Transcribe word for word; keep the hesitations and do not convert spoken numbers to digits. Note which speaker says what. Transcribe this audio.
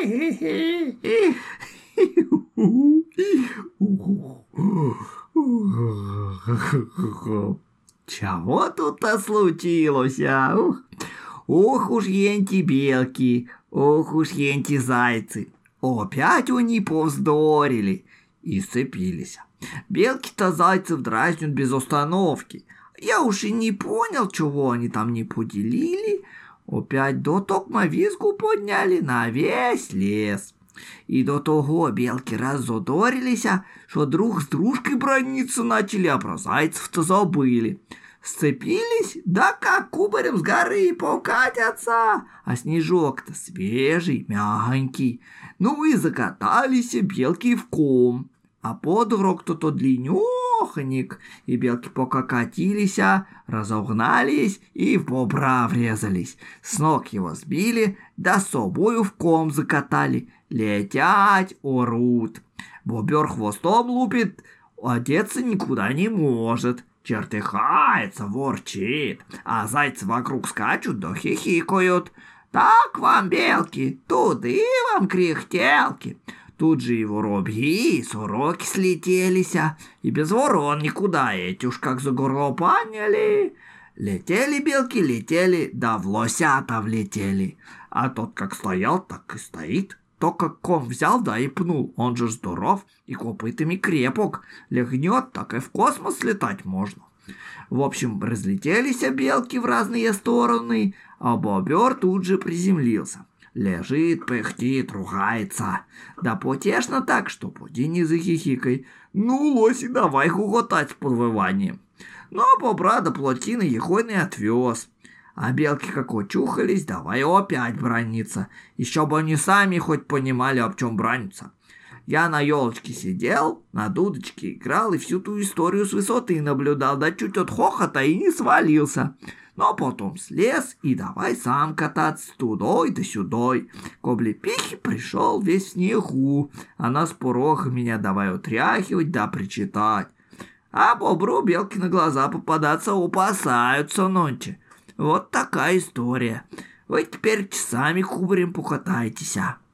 Speaker 1: Чего тут-то случилось, а? Ух, ох уж енти белки, ох уж енти зайцы. Опять они повздорили и сцепились. Белки-то зайцев дразнят без остановки. Я уж и не понял, чего они там не поделили. Опять до токма визгу подняли на весь лес. І до того белки раззадорилися, що друг з дружкой брониться начали, а про зайцев-то забыли. Сцепились, да как кубарем с горы покатятся, а снежок-то свежий, мягонький. Ну и закатались белки в ком, а подгорок-то то длиннёхонек, и белки пока катились, разогнались и в бобра врезались. С ног его сбили, да с собою в ком закатали. Летять орут. Бобер хвостом лупит, одеться никуда не может. Чертыхается, ворчит, а зайцы вокруг скачут да хихикают. Так вам, белки, туды вам кряхтелки. Тут же и воробьи, и сороки слетелись, и без ворон никуда, эти уж как за горло подняли. Летели белки, летели, да в лося-то влетели. А тот как стоял, так и стоит. Только ком взял, да и пнул, он же здоров и копытами крепок. Легнет, так и в космос летать можно. В общем, разлетелись белки в разные стороны, а бобер тут же приземлился. Лежит, пыхтит, ругается. Да потешно так, что поди не захихикай. Ну, лоси, давай хухотать с подвыванием. Но бобра до плотины ехойный отвез. А белки как очухались, давай опять браниться. Еще бы они сами хоть понимали, об чем браниться. Я на елочке сидел, на дудочке играл и всю ту историю с высоты наблюдал, да чуть от хохота и не свалился. Но потом слез и давай сам кататься тудой да сюдой. К облепихе пришел весь в снегу, а на спорох меня давай утряхивать да причитать. А бобру белки на глаза попадаться опасаются нонче. Вот такая история. Вы теперь часами кубарем покатаетесь, а?